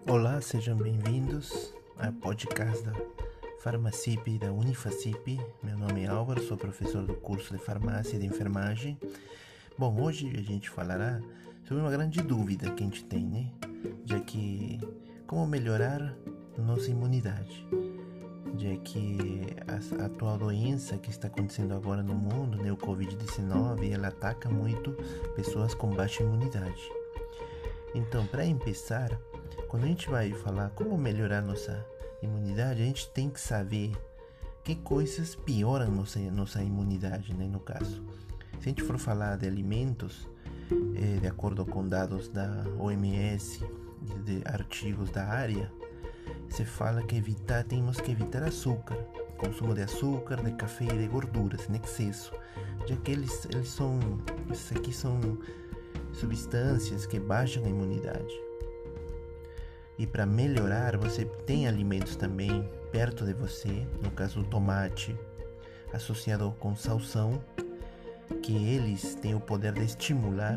Olá, sejam bem-vindos ao podcast da Farmacip e da Unifacip. Meu nome é Álvaro, sou professor do curso de Farmácia e de Enfermagem. Bom, hoje a gente falará sobre uma grande dúvida que a gente tem, né? Já que como melhorar nossa imunidade, já que a atual doença que está acontecendo agora no mundo, né, o Covid-19, ela ataca muito pessoas com baixa imunidade. Então, para começar, quando a gente vai falar como melhorar nossa imunidade, a gente tem que saber que coisas pioram nossa imunidade, né, no caso. Se a gente for falar de alimentos, de acordo com dados da OMS e de artigos da área, se fala que temos que evitar açúcar, consumo de açúcar, de café e de gorduras em excesso, já que esses aqui são substâncias que baixam a imunidade. E para melhorar, você tem alimentos também perto de você, no caso o tomate, associado com salsão, que eles têm o poder de estimular,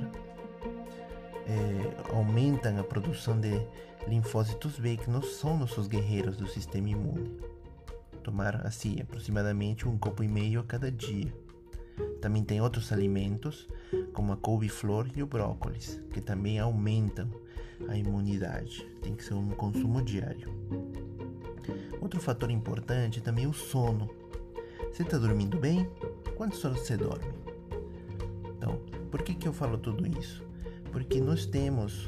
aumentam a produção de linfócitos B, que não são nossos guerreiros do sistema imune. Tomar assim aproximadamente 1,5 copos a cada dia. Também tem outros alimentos, como a couve-flor e o brócolis, que também aumentam a imunidade. Tem que ser um consumo diário. Outro fator importante é também o sono. Você está dormindo bem? Quantas horas você dorme? Então, por que eu falo tudo isso? Porque nós temos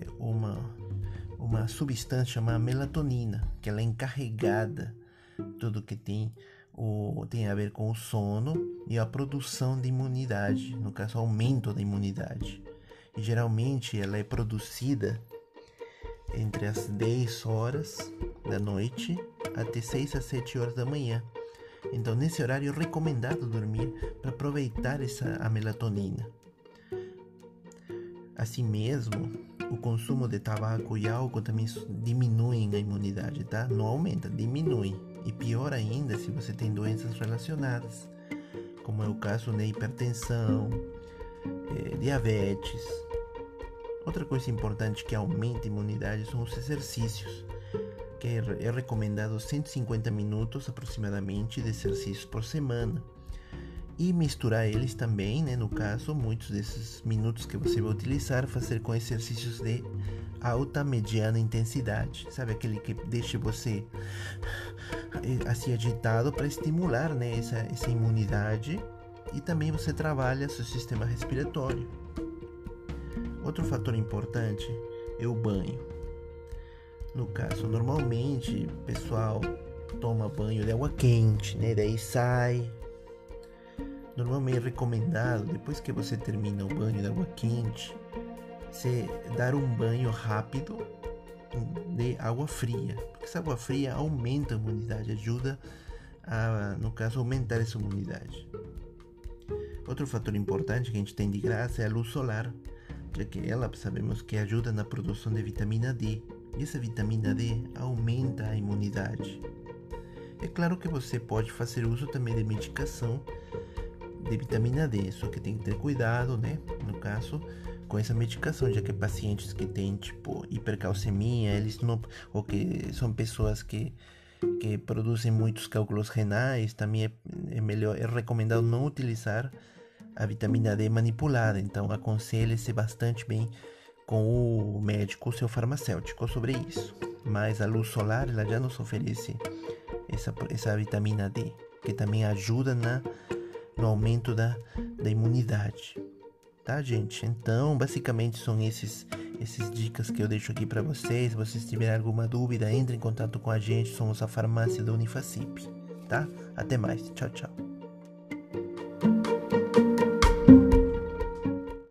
uma substância chamada melatonina, que ela é encarregada tudo que tem a ver com o sono e a produção de imunidade, no caso, aumento da imunidade. E geralmente ela é produzida entre as 10 horas da noite até 6 a 7 horas da manhã. Então, nesse horário é recomendado dormir para aproveitar a melatonina. Assim mesmo, o consumo de tabaco e álcool também diminuem a imunidade, tá? Não aumenta, diminui. E pior ainda se você tem doenças relacionadas, como é o caso da hipertensão, diabetes. Outra coisa importante que aumenta a imunidade são os exercícios, que é recomendado 150 minutos aproximadamente de exercícios por semana. E misturar eles também, né, no caso, muitos desses minutos que você vai utilizar, fazer com exercícios de alta, mediana intensidade. Sabe, aquele que deixa você assim agitado para estimular, né, essa imunidade. E também você trabalha seu sistema respiratório. Outro fator importante é o banho. No caso, normalmente o pessoal toma banho de água quente, né, daí sai. Normalmente é recomendado, depois que você termina o banho de água quente, você dar um banho rápido de água fria, porque essa água fria aumenta a imunidade, ajuda a, no caso, aumentar essa imunidade. Outro fator importante que a gente tem de graça é a luz solar, já que ela sabemos que ajuda na produção de vitamina D, e essa vitamina D aumenta a imunidade. É claro que você pode fazer uso também de medicação de vitamina D, só que tem que ter cuidado, né, no caso, com essa medicação, já que pacientes que têm tipo hipercalcemia, eles não, ou que são pessoas que produzem muitos cálculos renais, também é recomendado não utilizar a vitamina D manipulada. Então aconselhe-se bastante bem com o médico, o seu farmacêutico, sobre isso. Mas a luz solar, ela já nos oferece essa vitamina D, que também ajuda no aumento da imunidade. Tá, gente? Então, basicamente são esses dicas que eu deixo aqui para vocês. Se vocês tiverem alguma dúvida, entre em contato com a gente. Somos a farmácia da Unifacip, tá? Até mais. Tchau, tchau.